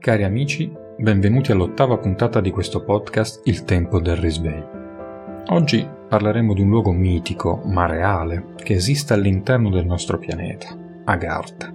Cari amici, benvenuti all'8ª puntata di questo podcast Il tempo del risveglio. Oggi parleremo di un luogo mitico, ma reale, che esiste all'interno del nostro pianeta, Agartha.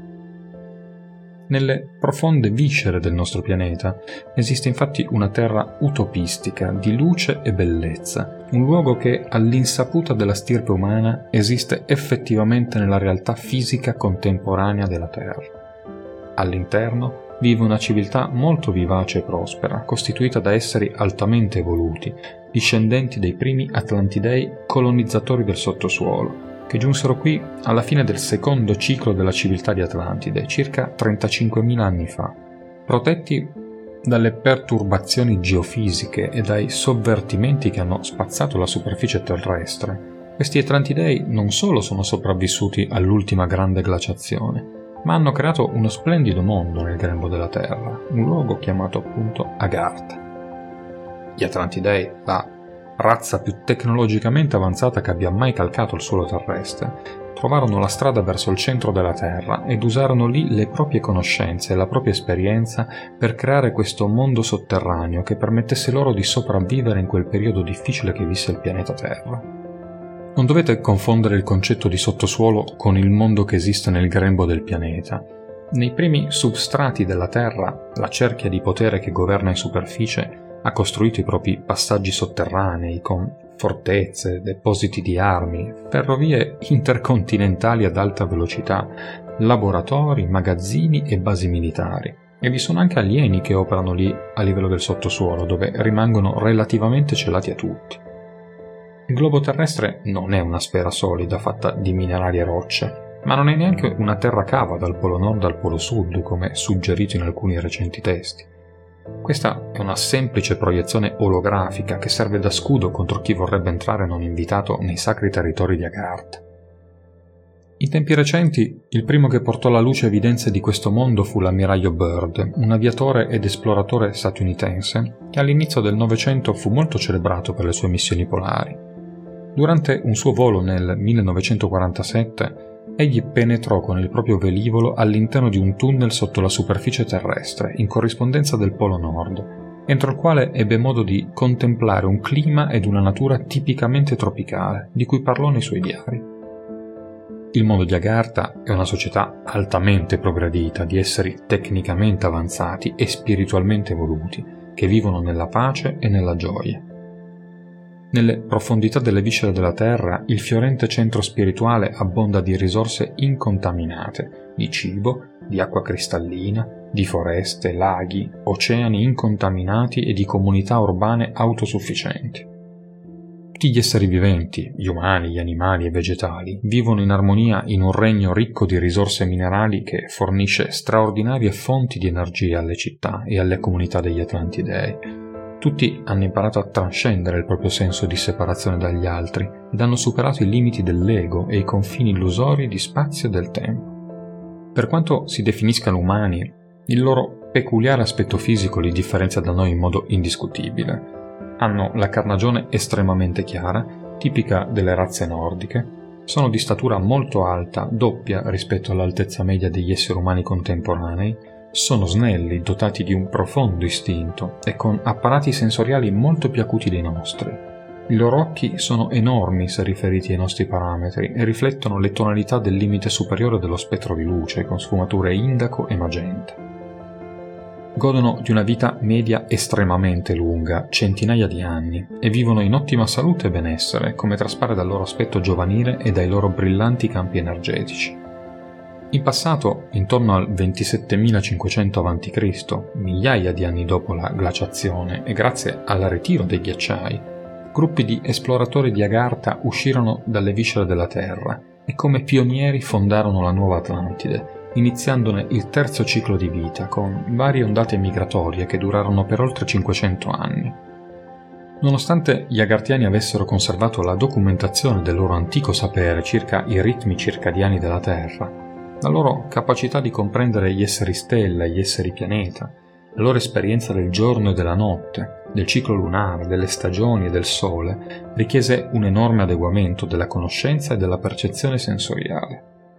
Nelle profonde viscere del nostro pianeta esiste infatti una terra utopistica di luce e bellezza, un luogo che all'insaputa della stirpe umana esiste effettivamente nella realtà fisica contemporanea della Terra. All'interno vive una civiltà molto vivace e prospera, costituita da esseri altamente evoluti, discendenti dei primi Atlantidei colonizzatori del sottosuolo, che giunsero qui alla fine del secondo ciclo della civiltà di Atlantide, circa 35.000 anni fa. Protetti dalle perturbazioni geofisiche e dai sovvertimenti che hanno spazzato la superficie terrestre, questi Atlantidei non solo sono sopravvissuti all'ultima grande glaciazione, ma hanno creato uno splendido mondo nel grembo della Terra, un luogo chiamato appunto Agartha. Gli Atlantidei, la razza più tecnologicamente avanzata che abbia mai calcato il suolo terrestre, trovarono la strada verso il centro della Terra ed usarono lì le proprie conoscenze e la propria esperienza per creare questo mondo sotterraneo che permettesse loro di sopravvivere in quel periodo difficile che visse il pianeta Terra. Non dovete confondere il concetto di sottosuolo con il mondo che esiste nel grembo del pianeta. Nei primi substrati della Terra, la cerchia di potere che governa in superficie ha costruito i propri passaggi sotterranei con fortezze, depositi di armi, ferrovie intercontinentali ad alta velocità, laboratori, magazzini e basi militari. E vi sono anche alieni che operano lì a livello del sottosuolo, dove rimangono relativamente celati a tutti. Il globo terrestre non è una sfera solida fatta di minerali e rocce, ma non è neanche una terra cava dal polo nord al polo sud, come suggerito in alcuni recenti testi. Questa è una semplice proiezione olografica che serve da scudo contro chi vorrebbe entrare non invitato nei sacri territori di Agartha. In tempi recenti, il primo che portò alla luce evidenze di questo mondo fu l'ammiraglio Byrd, un aviatore ed esploratore statunitense che all'inizio del Novecento fu molto celebrato per le sue missioni polari. Durante un suo volo nel 1947, egli penetrò con il proprio velivolo all'interno di un tunnel sotto la superficie terrestre, in corrispondenza del Polo Nord, entro il quale ebbe modo di contemplare un clima ed una natura tipicamente tropicale, di cui parlò nei suoi diari. Il mondo di Agartha è una società altamente progredita, di esseri tecnicamente avanzati e spiritualmente evoluti, che vivono nella pace e nella gioia. Nelle profondità delle viscere della Terra, il fiorente centro spirituale abbonda di risorse incontaminate, di cibo, di acqua cristallina, di foreste, laghi, oceani incontaminati e di comunità urbane autosufficienti. Tutti gli esseri viventi, gli umani, gli animali e vegetali, vivono in armonia in un regno ricco di risorse minerali che fornisce straordinarie fonti di energia alle città e alle comunità degli Atlantidei. Tutti hanno imparato a trascendere il proprio senso di separazione dagli altri ed hanno superato i limiti dell'ego e i confini illusori di spazio e del tempo. Per quanto si definiscano umani, il loro peculiare aspetto fisico li differenzia da noi in modo indiscutibile. Hanno la carnagione estremamente chiara, tipica delle razze nordiche, sono di statura molto alta, doppia rispetto all'altezza media degli esseri umani contemporanei, sono snelli, dotati di un profondo istinto e con apparati sensoriali molto più acuti dei nostri. I loro occhi sono enormi se riferiti ai nostri parametri e riflettono le tonalità del limite superiore dello spettro di luce, con sfumature indaco e magenta. Godono di una vita media estremamente lunga, centinaia di anni, e vivono in ottima salute e benessere, come traspare dal loro aspetto giovanile e dai loro brillanti campi energetici. In passato, intorno al 27.500 a.C., migliaia di anni dopo la glaciazione e grazie al ritiro dei ghiacciai, gruppi di esploratori di Agartha uscirono dalle viscere della Terra e come pionieri fondarono la nuova Atlantide, iniziandone il terzo ciclo di vita con varie ondate migratorie che durarono per oltre 500 anni. Nonostante gli agartiani avessero conservato la documentazione del loro antico sapere circa i ritmi circadiani della Terra, la loro capacità di comprendere gli esseri stella e gli esseri pianeta, la loro esperienza del giorno e della notte, del ciclo lunare, delle stagioni e del sole, richiese un enorme adeguamento della conoscenza e della percezione sensoriale.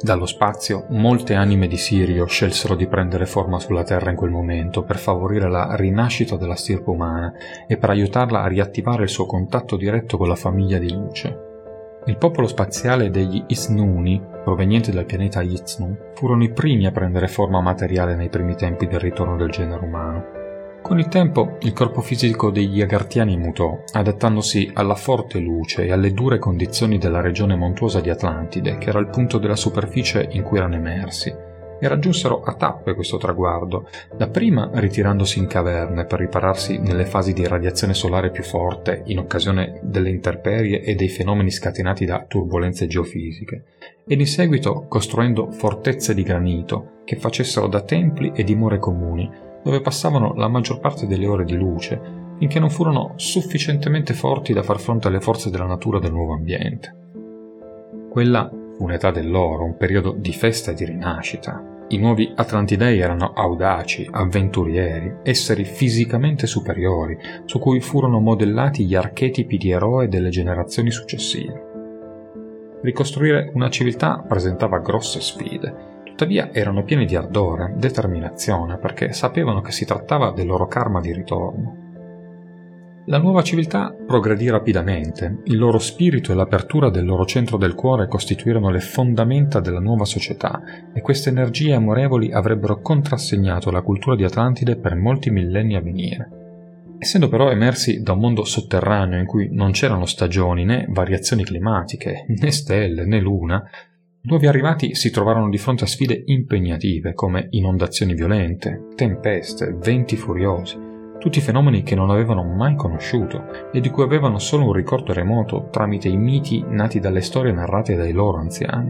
Dallo spazio, molte anime di Sirio scelsero di prendere forma sulla Terra in quel momento per favorire la rinascita della stirpe umana e per aiutarla a riattivare il suo contatto diretto con la famiglia di luce. Il popolo spaziale degli Isnuni, provenienti dal pianeta Iznu, furono i primi a prendere forma materiale nei primi tempi del ritorno del genere umano. Con il tempo, il corpo fisico degli Agartiani mutò, adattandosi alla forte luce e alle dure condizioni della regione montuosa di Atlantide, che era il punto della superficie in cui erano emersi, e raggiunsero a tappe questo traguardo, dapprima ritirandosi in caverne per ripararsi nelle fasi di radiazione solare più forte in occasione delle intemperie e dei fenomeni scatenati da turbolenze geofisiche, ed in seguito costruendo fortezze di granito che facessero da templi e dimore comuni, dove passavano la maggior parte delle ore di luce, finché non furono sufficientemente forti da far fronte alle forze della natura del nuovo ambiente. Quella fu un'età dell'oro, un periodo di festa e di rinascita. I nuovi Atlantidei erano audaci, avventurieri, esseri fisicamente superiori, su cui furono modellati gli archetipi di eroe delle generazioni successive. Ricostruire una civiltà presentava grosse sfide. Tuttavia erano pieni di ardore, determinazione, perché sapevano che si trattava del loro karma di ritorno. La nuova civiltà progredì rapidamente, il loro spirito e l'apertura del loro centro del cuore costituirono le fondamenta della nuova società e queste energie amorevoli avrebbero contrassegnato la cultura di Atlantide per molti millenni a venire. Essendo però emersi da un mondo sotterraneo in cui non c'erano stagioni né variazioni climatiche, né stelle né luna, i nuovi arrivati si trovarono di fronte a sfide impegnative come inondazioni violente, tempeste, venti furiosi, tutti fenomeni che non avevano mai conosciuto e di cui avevano solo un ricordo remoto tramite i miti nati dalle storie narrate dai loro anziani.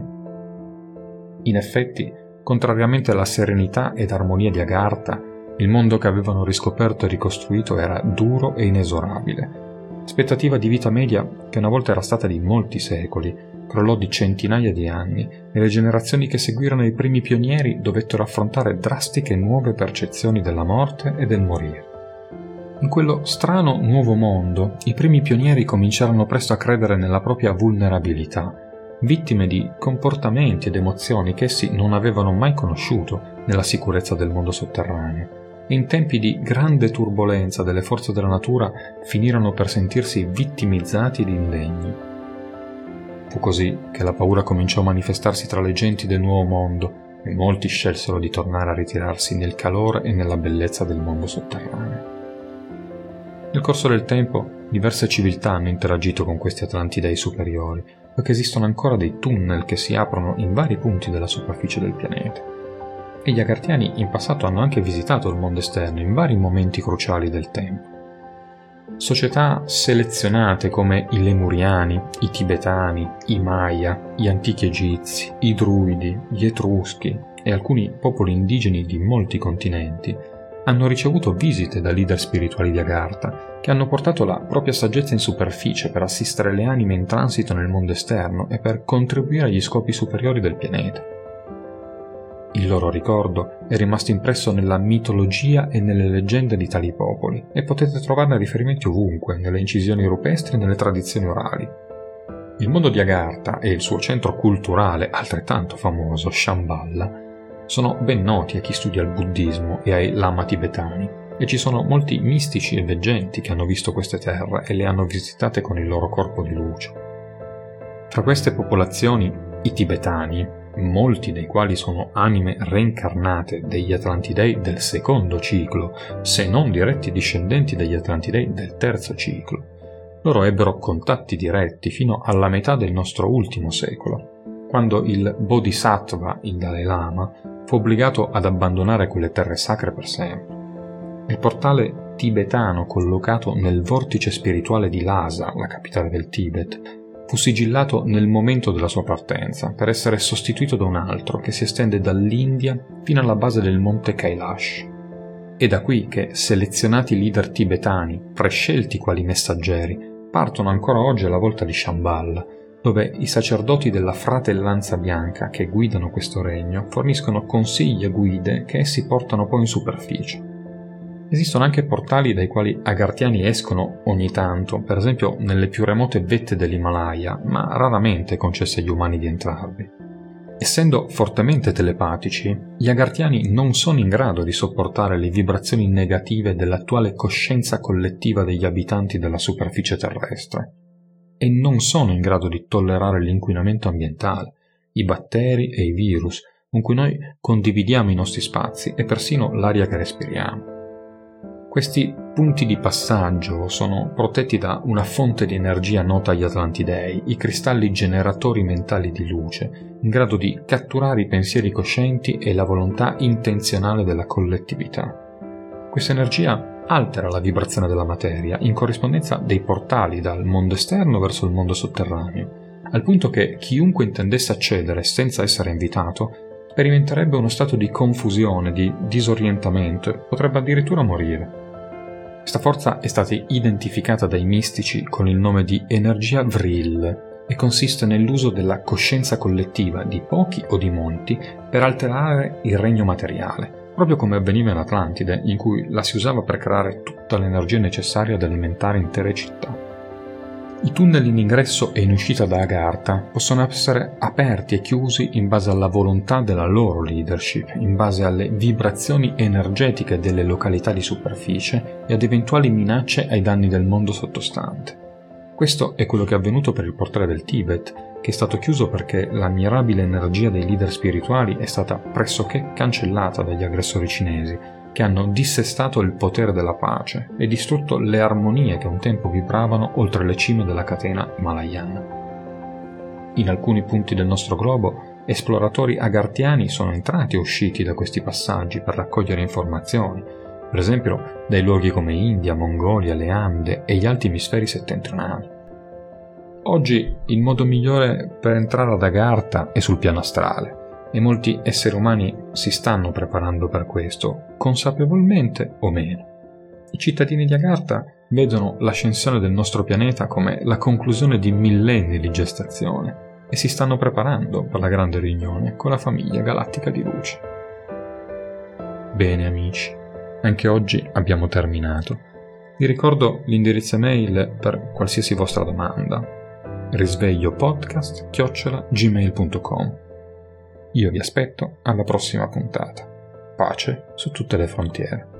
In effetti, contrariamente alla serenità ed armonia di Agartha, il mondo che avevano riscoperto e ricostruito era duro e inesorabile. Aspettativa di vita media, che una volta era stata di molti secoli, crollò di centinaia di anni e le generazioni che seguirono i primi pionieri dovettero affrontare drastiche nuove percezioni della morte e del morire. In quello strano nuovo mondo, i primi pionieri cominciarono presto a credere nella propria vulnerabilità, vittime di comportamenti ed emozioni che essi non avevano mai conosciuto nella sicurezza del mondo sotterraneo, e in tempi di grande turbolenza delle forze della natura finirono per sentirsi vittimizzati ed indegni. Fu così che la paura cominciò a manifestarsi tra le genti del nuovo mondo e molti scelsero di tornare a ritirarsi nel calore e nella bellezza del mondo sotterraneo. Nel corso del tempo, diverse civiltà hanno interagito con questi Atlantidei superiori, poiché esistono ancora dei tunnel che si aprono in vari punti della superficie del pianeta. E gli Agartiani in passato hanno anche visitato il mondo esterno in vari momenti cruciali del tempo. Società selezionate come i Lemuriani, i Tibetani, i Maya, gli antichi egizi, i Druidi, gli Etruschi e alcuni popoli indigeni di molti continenti hanno ricevuto visite da leader spirituali di Agartha che hanno portato la propria saggezza in superficie per assistere le anime in transito nel mondo esterno e per contribuire agli scopi superiori del pianeta. Il loro ricordo è rimasto impresso nella mitologia e nelle leggende di tali popoli e potete trovarne riferimenti ovunque, nelle incisioni rupestri e nelle tradizioni orali. Il mondo di Agartha e il suo centro culturale altrettanto famoso, Shambhala, sono ben noti a chi studia il buddismo e ai lama tibetani, e ci sono molti mistici e veggenti che hanno visto queste terre e le hanno visitate con il loro corpo di luce. Tra queste popolazioni, i tibetani, molti dei quali sono anime reincarnate degli Atlantidei del secondo ciclo, se non diretti discendenti degli Atlantidei del terzo ciclo. Loro ebbero contatti diretti fino alla metà del nostro ultimo secolo, quando il Bodhisattva, il Dalai Lama, fu obbligato ad abbandonare quelle terre sacre per sempre. Il portale tibetano collocato nel vortice spirituale di Lhasa, la capitale del Tibet, fu sigillato nel momento della sua partenza per essere sostituito da un altro che si estende dall'India fino alla base del monte Kailash. È da qui che selezionati leader tibetani, prescelti quali messaggeri, partono ancora oggi alla volta di Shambhala, dove i sacerdoti della Fratellanza Bianca che guidano questo regno forniscono consigli e guide che essi portano poi in superficie. Esistono anche portali dai quali Agartiani escono ogni tanto, per esempio nelle più remote vette dell'Himalaya, ma raramente concesse agli umani di entrarvi. Essendo fortemente telepatici, gli agartiani non sono in grado di sopportare le vibrazioni negative dell'attuale coscienza collettiva degli abitanti della superficie terrestre e non sono in grado di tollerare l'inquinamento ambientale, i batteri e i virus con cui noi condividiamo i nostri spazi e persino l'aria che respiriamo. Questi punti di passaggio sono protetti da una fonte di energia nota agli Atlantidei, i cristalli generatori mentali di luce, in grado di catturare i pensieri coscienti e la volontà intenzionale della collettività. Questa energia altera la vibrazione della materia in corrispondenza dei portali dal mondo esterno verso il mondo sotterraneo, al punto che chiunque intendesse accedere senza essere invitato sperimenterebbe uno stato di confusione, di disorientamento e potrebbe addirittura morire. Questa forza è stata identificata dai mistici con il nome di energia Vril e consiste nell'uso della coscienza collettiva di pochi o di molti per alterare il regno materiale, proprio come avveniva in Atlantide, in cui la si usava per creare tutta l'energia necessaria ad alimentare intere città. I tunnel in ingresso e in uscita da Agartha possono essere aperti e chiusi in base alla volontà della loro leadership, in base alle vibrazioni energetiche delle località di superficie e ad eventuali minacce ai danni del mondo sottostante. Questo è quello che è avvenuto per il portale del Tibet, che è stato chiuso perché l'ammirabile energia dei leader spirituali è stata pressoché cancellata dagli aggressori cinesi, che hanno dissestato il potere della pace e distrutto le armonie che un tempo vibravano oltre le cime della catena himalayana. In alcuni punti del nostro globo, esploratori agartiani sono entrati e usciti da questi passaggi per raccogliere informazioni, per esempio dai luoghi come India, Mongolia, le Ande e gli alti emisferi settentrionali. Oggi il modo migliore per entrare ad Agartha è sul piano astrale, e molti esseri umani si stanno preparando per questo, consapevolmente o meno. I cittadini di Agartha vedono l'ascensione del nostro pianeta come la conclusione di millenni di gestazione e si stanno preparando per la grande riunione con la famiglia galattica di luce. Bene amici, anche oggi abbiamo terminato. Vi ricordo l'indirizzo email per qualsiasi vostra domanda: risvegliopodcast@gmail.com. Io vi aspetto alla prossima puntata. Pace su tutte le frontiere.